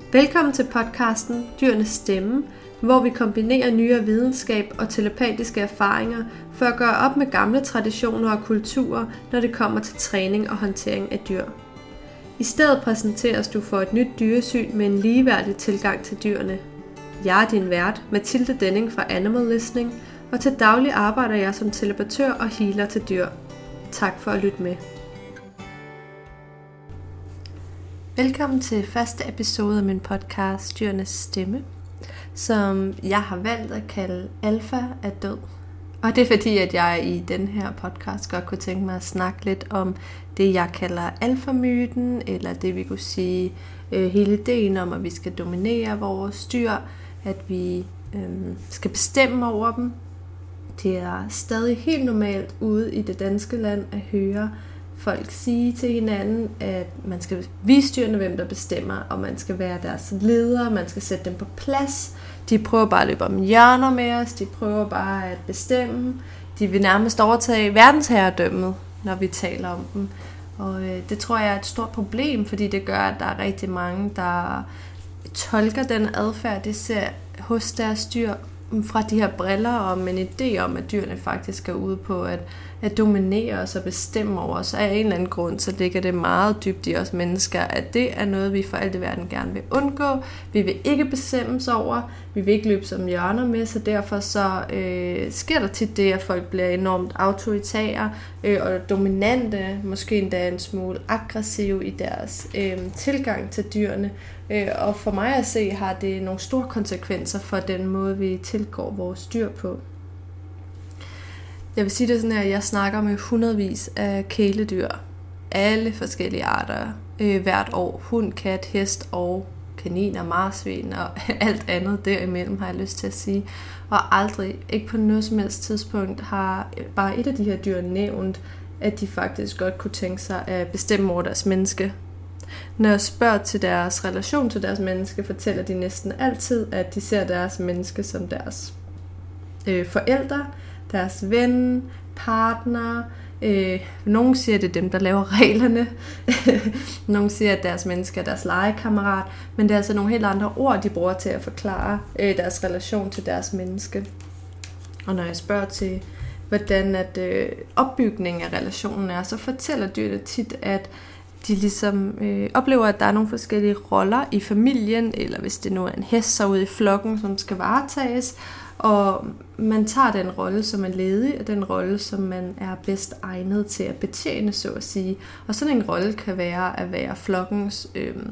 Velkommen til podcasten Dyrenes Stemme, hvor vi kombinerer nyere videnskab og telepatiske erfaringer for at gøre op med gamle traditioner og kulturer, når det kommer til træning og håndtering af dyr. I stedet præsenteres du for et nyt dyresyn med en ligeværdig tilgang til dyrene. Jeg er din vært, Mathilde Denning fra Animal Listening, og til daglig arbejder jeg som telepatør og healer til dyr. Tak for at lytte med. Velkommen til første episode af min podcast Dyrenes Stemme, som jeg har valgt at kalde Alfa er død. Og det er fordi, at jeg i den her podcast godt kunne tænke mig at snakke lidt om det, jeg kalder alfamyten, eller det vi kunne sige hele ideen om, at vi skal dominere vores dyr, at vi skal bestemme over dem. Det er stadig helt normalt ude i det danske land at høre folk sige til hinanden, at man skal vise dyrene, hvem der bestemmer, og man skal være deres leder, man skal sætte dem på plads. De prøver bare at løbe om hjørner med os, de prøver bare at bestemme. De vil nærmest overtage verdensherredømmet, når vi taler om dem. Og det tror jeg er et stort problem, fordi det gør, at der er rigtig mange, der tolker den adfærd, de ser hos deres dyr, fra de her briller om en idé om, at dyrene faktisk er ude på at dominere os og bestemme over os. Af en eller anden grund, så ligger det meget dybt i os mennesker, at det er noget, vi for alt i verden gerne vil undgå. Vi vil ikke bestemmes over, vi vil ikke løbe som hjørner med, så derfor så sker der tit det, at folk bliver enormt autoritære og dominante, måske endda en smule aggressive i deres tilgang til dyrene. Og for mig at se, har det nogle store konsekvenser for den måde, vi tilgår vores dyr på. Jeg vil sige det sådan her, at jeg snakker med hundredvis af kæledyr. Alle forskellige arter hvert år. Hund, kat, hest og kaniner, marsvin og alt andet derimellem, har jeg lyst til at sige. Og aldrig, ikke på noget som helst tidspunkt, har bare et af de her dyr nævnt, at de faktisk godt kunne tænke sig at bestemme over deres menneske. Når jeg spørger til deres relation til deres menneske, fortæller de næsten altid, at de ser deres menneske som deres forældre, deres ven, partner. Nogle siger, at det er dem, der laver reglerne. Nogle siger, at deres menneske er deres legekammerat. Men det er altså nogle helt andre ord, de bruger til at forklare deres relation til deres menneske. Og når jeg spørger til, hvordan opbygningen af relationen er, så fortæller dyrene tit, at de ligesom oplever, at der er nogle forskellige roller i familien, eller hvis det nu er en hest, så ude i flokken, som skal varetages, og man tager den rolle, som er ledig, og den rolle, som man er bedst egnet til at betjene, så at sige. Og sådan en rolle kan være at være flokkens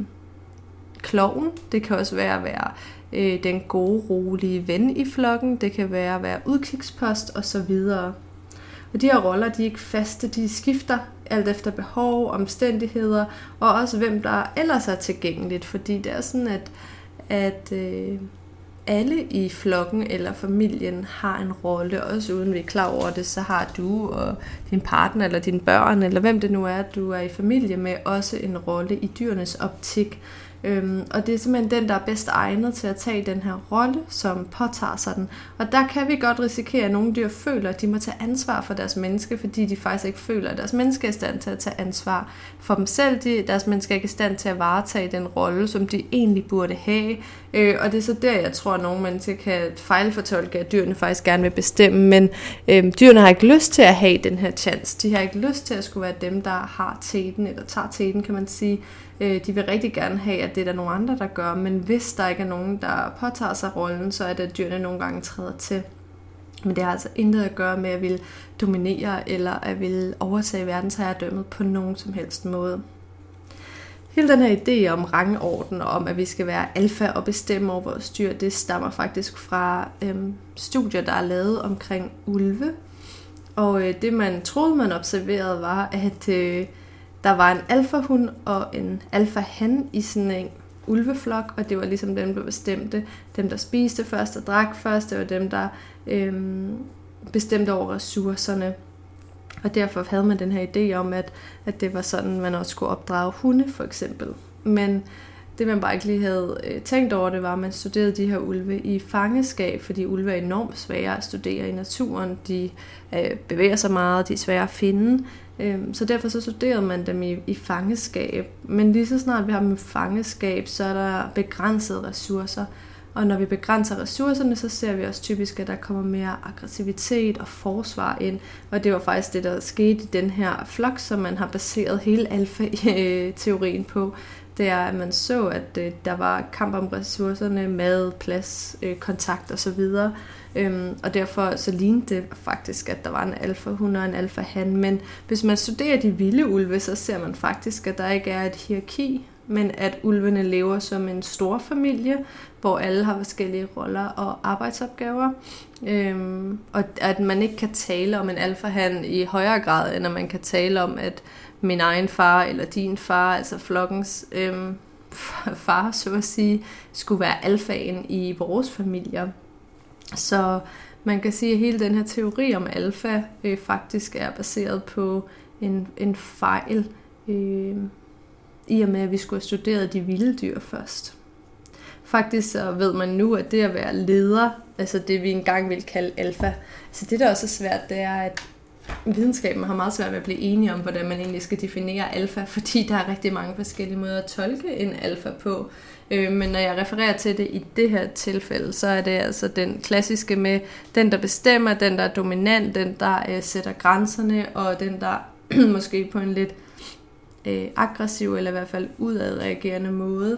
klovn. Det kan også være at være den gode, rolige ven i flokken. Det kan være at være udkigspost osv. Og de her roller, de er ikke faste, de skifter alt efter behov, omstændigheder, og også hvem der ellers er tilgængeligt, fordi det er sådan, at alle i flokken eller familien har en rolle, også uden vi er klar over det, så har du og din partner eller dine børn, eller hvem det nu er, du er i familie med, også en rolle i dyrenes optik. Og det er simpelthen den, der er bedst egnet til at tage den her rolle, som påtager sig den. Og der kan vi godt risikere, at nogle dyr føler, at de må tage ansvar for deres menneske, fordi de faktisk ikke føler, at deres menneske er i stand til at tage ansvar for dem selv. Deres menneske er ikke i stand til at varetage den rolle, som de egentlig burde have. Og det er så der, jeg tror, at nogle mennesker kan fejlfortolke, at dyrene faktisk gerne vil bestemme. Men dyrene har ikke lyst til at have den her chance. De har ikke lyst til at skulle være dem, der har teten, eller tager teten, kan man sige. De vil rigtig gerne have, at det er der nogle andre, der gør, men hvis der ikke er nogen, der påtager sig rollen, så er det, at dyrene nogle gange træder til. Men det har altså intet at gøre med at ville dominere, eller at ville overtage verdensherredømmet på nogen som helst måde. Hele den her idé om rangorden, og om at vi skal være alfa og bestemme over vores dyr, det stammer faktisk fra studier, der er lavet omkring ulve. Og det man troede, man observerede, var, at der var en alfahund og en alfahan i sådan en ulveflok, og det var ligesom dem, der bestemte. Dem, der spiste først og drak først, det var dem, der bestemte over ressourcerne. Og derfor havde man den her idé om, at det var sådan, man også skulle opdrage hunde, for eksempel. Men Det man bare ikke lige havde tænkt over, det var, at man studerede de her ulve i fangeskab, fordi ulve er enormt svære at studere i naturen. De bevæger sig meget, de er svære at finde. Så derfor så studerede man dem i fangeskab. Men lige så snart vi har dem i fangeskab, så er der begrænsede ressourcer. Og når vi begrænser ressourcerne, så ser vi også typisk, at der kommer mere aggressivitet og forsvar ind. Og det var faktisk det, der skete i den her flok, som man har baseret hele alfa-teorien på. Det er, at man så, at der var kamp om ressourcerne, mad, plads, kontakt osv. Og derfor så lignede det faktisk, at der var en alfa-hund og en alfa-han. Men hvis man studerer de vilde ulve, så ser man faktisk, at der ikke er et hierarki, men at ulvene lever som en stor familie, hvor alle har forskellige roller og arbejdsopgaver. Og at man ikke kan tale om en alfahan i højere grad, end at man kan tale om, at min egen far eller din far, altså flokkens far, så at sige, skulle være alfaen i vores familier. Så man kan sige, at hele den her teori om alfa faktisk er baseret på en fejl, i og med, at vi skulle have studeret de vilde dyr først. Faktisk så ved man nu, at det at være leder, altså det vi engang ville kalde alfa, altså det der også er svært, det er, at videnskaben har meget svært ved at blive enige om, hvordan man egentlig skal definere alfa, fordi der er rigtig mange forskellige måder at tolke en alfa på. Men når jeg refererer til det i det her tilfælde, så er det altså den klassiske med den, der bestemmer, den, der er dominant, den, der sætter grænserne, og den, der måske på en lidt aggressiv, eller i hvert fald udadreagerende måde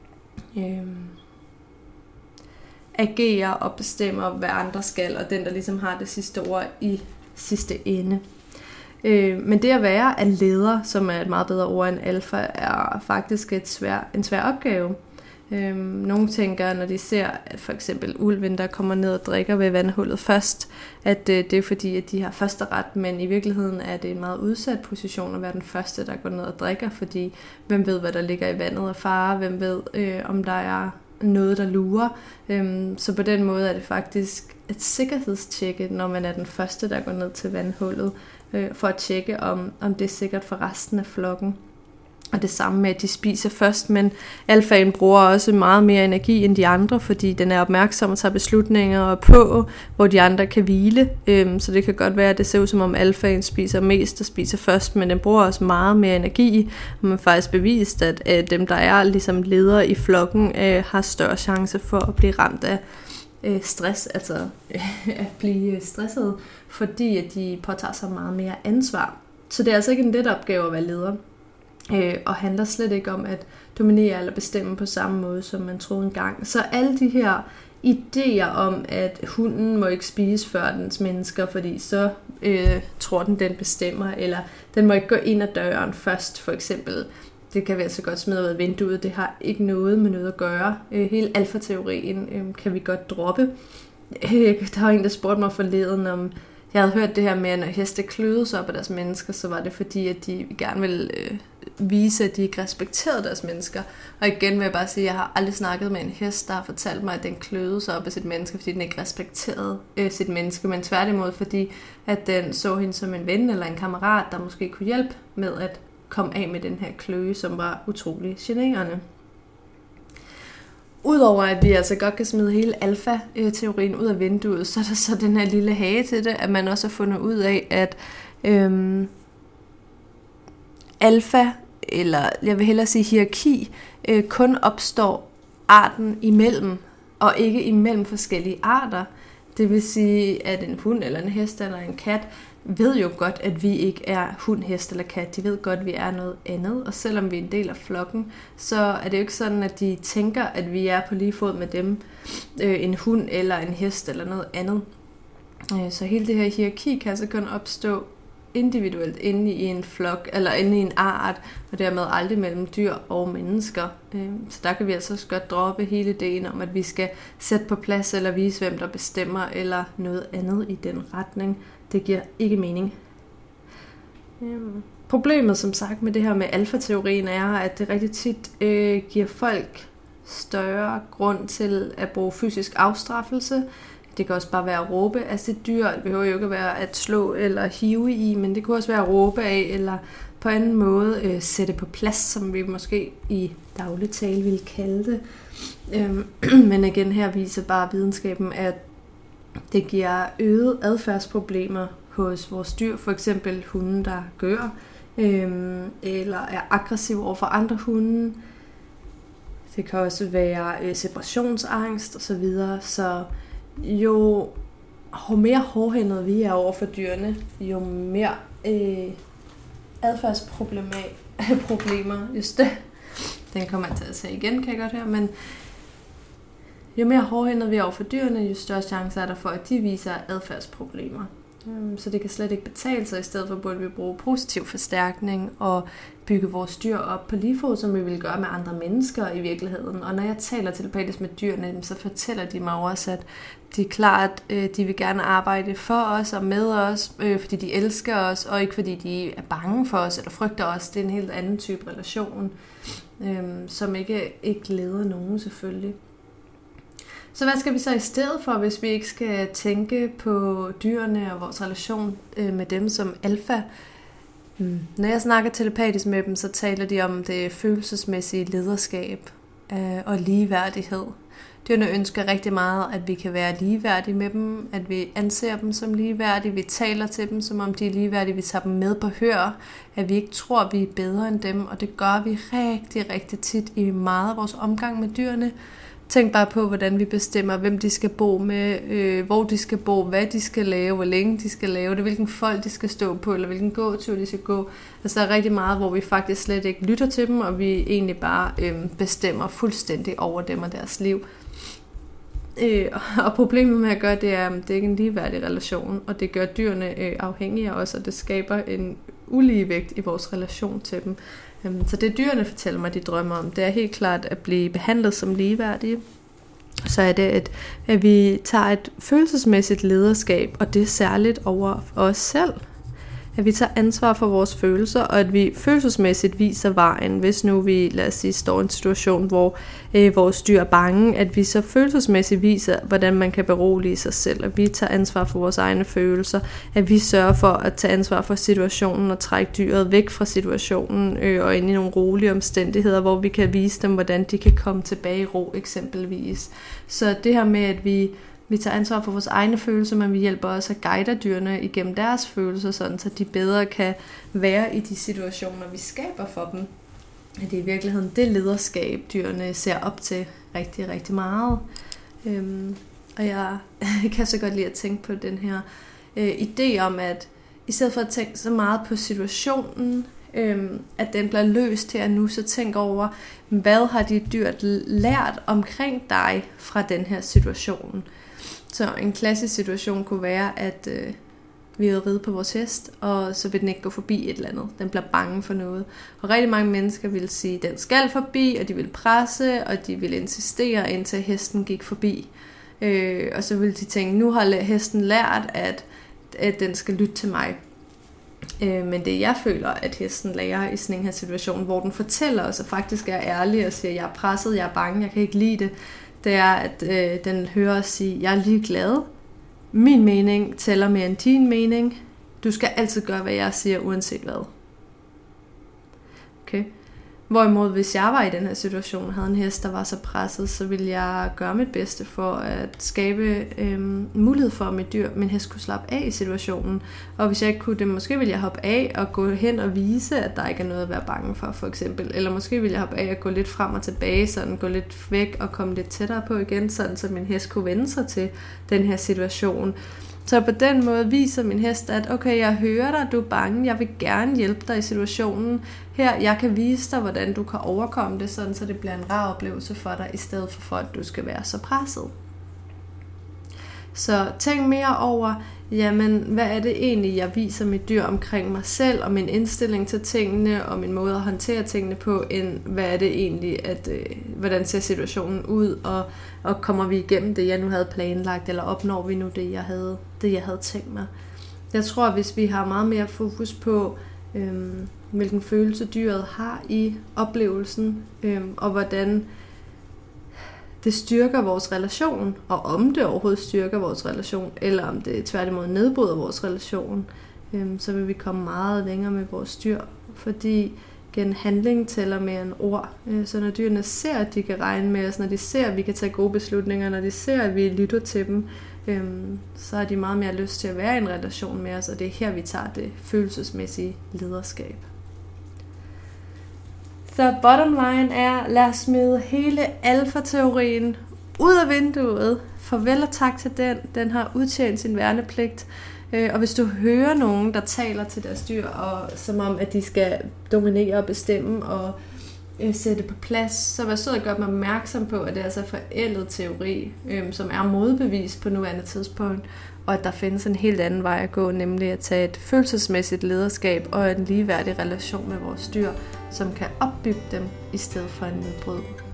agerer og bestemmer, hvad andre skal, og den, der ligesom har det sidste ord i sidste ende. Men det at være en leder, som er et meget bedre ord end alfa, er faktisk en svær opgave. Nogle tænker, når de ser at for eksempel ulven, der kommer ned og drikker ved vandhullet først, at det er fordi, at de har første ret, men i virkeligheden er det en meget udsat position at være den første, der går ned og drikker, fordi hvem ved, hvad der ligger i vandet af fare, hvem ved, om der er noget, der lurer. Så på den måde er det faktisk et sikkerhedstjekke, når man er den første, der går ned til vandhullet, for at tjekke, om det er sikkert for resten af flokken. Og det samme med, at de spiser først, men alfaen bruger også meget mere energi end de andre, fordi den er opmærksom og tager beslutninger på, hvor de andre kan hvile. Så det kan godt være, at det ser ud som om alfaen spiser mest og spiser først, men den bruger også meget mere energi. Og man har faktisk bevist, at dem, der er ligesom ledere i flokken, har større chance for at blive ramt af stress, altså at blive stresset, fordi at de påtager sig meget mere ansvar. Så det er altså ikke en let opgave at være leder. Og handler slet ikke om at dominere eller bestemme på samme måde, som man troede engang. Så alle de her idéer om, at hunden må ikke spise før dens mennesker, fordi så tror den bestemmer, eller den må ikke gå ind ad døren først, for eksempel. Det kan vi altså godt smide ud af vinduet. Det har ikke noget med noget at gøre. Hele alfa-teorien kan vi godt droppe. Der var en, der spurgte mig forleden om, jeg havde hørt det her med, at når heste kløede sig op af deres mennesker, så var det fordi, at de gerne ville vise, at de ikke respekterede deres mennesker. Og igen vil jeg bare sige, at jeg har aldrig snakket med en hest, der har fortalt mig, at den kløede sig op af sit menneske, fordi den ikke respekterede sit menneske, men tværtimod fordi, at den så hende som en ven eller en kammerat, der måske kunne hjælpe med at komme af med den her kløe, som var utrolig generende. Udover at vi altså godt kan smide hele alfa-teorien ud af vinduet, så er der så den her lille hage til det, at man også har fundet ud af, at alfa, eller jeg vil hellere sige hierarki, kun opstår arten imellem, og ikke imellem forskellige arter. Det vil sige, at en hund eller en hest eller en kat ved jo godt, at vi ikke er hund, hest eller kat. De ved godt, at vi er noget andet, og selvom vi er en del af flokken, så er det jo ikke sådan, at de tænker, at vi er på lige fod med dem, en hund eller en hest eller noget andet. Så hele det her hierarki kan altså kun opstå individuelt inde i en flok, eller inde i en art, og dermed aldrig mellem dyr og mennesker. Så der kan vi altså også godt droppe hele ideen om, at vi skal sætte på plads, eller vise, hvem der bestemmer, eller noget andet i den retning. Det giver ikke mening. Problemet, som sagt, med det her med alfa-teorien er, at det rigtig tit giver folk større grund til at bruge fysisk afstraffelse. Det kan også bare være at råbe af sit dyr. Det behøver jo ikke at være at slå eller hive i, men det kunne også være at råbe af, eller på anden måde sætte på plads, som vi måske i daglig tale ville kalde det. Men igen, her viser bare videnskaben, at det giver øget adfærdsproblemer hos vores dyr, for eksempel hunde, der gør, eller er aggressive over for andre hunde. Det kan også være separationsangst osv. Så jo mere hårdhændet vi er over for dyrene, jo mere adfærdsproblemer, just det. Den kommer jeg til at sige igen, kan jeg godt høre, men jo mere hårdhændet vi er over for dyrene, jo større chance er der for, at de viser adfærdsproblemer. Så det kan slet ikke betale sig. I stedet for burde vi bruge positiv forstærkning og bygge vores dyr op på lige fod, som vi vil gøre med andre mennesker i virkeligheden. Og når jeg taler telepatisk med dyrene, så fortæller de mig også, at de er klart, de vil gerne arbejde for os og med os, fordi de elsker os, og ikke fordi de er bange for os eller frygter os. Det er en helt anden type relation, som ikke leder nogen selvfølgelig. Så hvad skal vi så i stedet for, hvis vi ikke skal tænke på dyrene og vores relation med dem som alfa? Når jeg snakker telepatisk med dem, så taler de om det følelsesmæssige lederskab og ligeværdighed. Dyrene ønsker rigtig meget, at vi kan være ligeværdige med dem, at vi anser dem som ligeværdige, vi taler til dem, som om de er ligeværdige, vi tager dem med på hør, at vi ikke tror, at vi er bedre end dem, og det gør vi rigtig, rigtig tit i meget af vores omgang med dyrene. Tænk bare på, hvordan vi bestemmer, hvem de skal bo med, hvor de skal bo, hvad de skal lave, hvor længe de skal lave det, hvilken fold de skal stå på, eller hvilken gåtur de skal gå. Altså der er rigtig meget, hvor vi faktisk slet ikke lytter til dem, og vi egentlig bare bestemmer fuldstændig over dem og deres liv. Og problemet med at gøre det er, at det ikke er en ligeværdig relation, og det gør dyrene afhængige af os, og det skaber en uligevægt i vores relation til dem. Så det dyrene fortæller mig, de drømmer om, det er helt klart at blive behandlet som ligeværdige. Så er det, at vi tager et følelsesmæssigt lederskab, og det er særligt over os selv. At vi tager ansvar for vores følelser, og at vi følelsesmæssigt viser vejen. Hvis nu vi, lad os sige, står i en situation, hvor vores dyr er bange, at vi så følelsesmæssigt viser, hvordan man kan berolige sig selv. At vi tager ansvar for vores egne følelser. At vi sørger for at tage ansvar for situationen og trække dyret væk fra situationen og ind i nogle rolige omstændigheder, hvor vi kan vise dem, hvordan de kan komme tilbage i ro eksempelvis. Så det her med, at vi tager ansvar for vores egne følelser, men vi hjælper også at guide dyrene igennem deres følelser, sådan så de bedre kan være i de situationer, vi skaber for dem. Det er i virkeligheden det lederskab, dyrene ser op til rigtig, rigtig meget. Og jeg kan så godt lide at tænke på den her idé om, at i stedet for at tænke så meget på situationen, at den bliver løst her nu, så tænk over, hvad har de dyr lært omkring dig fra den her situation. Så en klassisk situation kunne være, at vi havde ridet på vores hest, og så vil den ikke gå forbi et eller andet. Den bliver bange for noget. Og rigtig mange mennesker vil sige, at den skal forbi, og de vil presse, og de vil insistere, indtil hesten gik forbi. Og så vil de tænke, nu har hesten lært, at den skal lytte til mig. Men det jeg føler, at hesten lærer i sådan en her situation, hvor den fortæller os, og faktisk er ærlig og siger, jeg er presset, jeg er bange, jeg kan ikke lide det, det er, at den hører os sige, jeg er ligeglad. Min mening tæller mere end din mening. Du skal altid gøre, hvad jeg siger, uanset hvad. Okay. Hvorimod, hvis jeg var i den her situation og havde en hest, der var så presset, så ville jeg gøre mit bedste for at skabe mulighed for, at min hest kunne slappe af i situationen. Og hvis jeg ikke kunne det, måske ville jeg hoppe af og gå hen og vise, at der ikke er noget at være bange for eksempel. Eller måske ville jeg hoppe af og gå lidt frem og tilbage, sådan gå lidt væk og komme lidt tættere på igen, sådan så min hest kunne vende sig til den her situation. Så på den måde viser min hest, at okay, jeg hører dig, du er bange, jeg vil gerne hjælpe dig i situationen. Her, jeg kan vise dig, hvordan du kan overkomme det, sådan så det bliver en rar oplevelse for dig, i stedet for at du skal være så presset. Så tænk mere over, jamen, hvad er det egentlig, jeg viser mit dyr omkring mig selv, og min indstilling til tingene, og min måde at håndtere tingene på, end hvad er det egentlig, hvordan ser situationen ud, og kommer vi igennem det, jeg nu havde planlagt, eller opnår vi nu det, jeg havde tænkt mig. Jeg tror, hvis vi har meget mere fokus på, hvilken følelse dyret har i oplevelsen, og hvordan det styrker vores relation, og om det overhovedet styrker vores relation, eller om det tværtimod nedbryder vores relation, så vil vi komme meget længere med vores dyr, fordi handling tæller mere end ord. Så når dyrene ser, at de kan regne med os, når de ser, at vi kan tage gode beslutninger, når de ser, at vi lytter til dem, så har de meget mere lyst til at være i en relation med os, og det er her, vi tager det følelsesmæssige lederskab. Så bottom line er, lad os smide hele alfa-teorien ud af vinduet. Farvel og tak til den. Den har udtjent sin værnepligt. Og hvis du hører nogen, der taler til deres dyr, og som om, at de skal dominere og bestemme og sætte på plads, så vær sød at gøre mig opmærksom på, at det er altså forældet teori, som er modbevist på nuværende tidspunkt, og at der findes en helt anden vej at gå, nemlig at tage et følelsesmæssigt lederskab og en ligeværdig relation med vores dyr, som kan opbygge dem i stedet for en nedbrydning.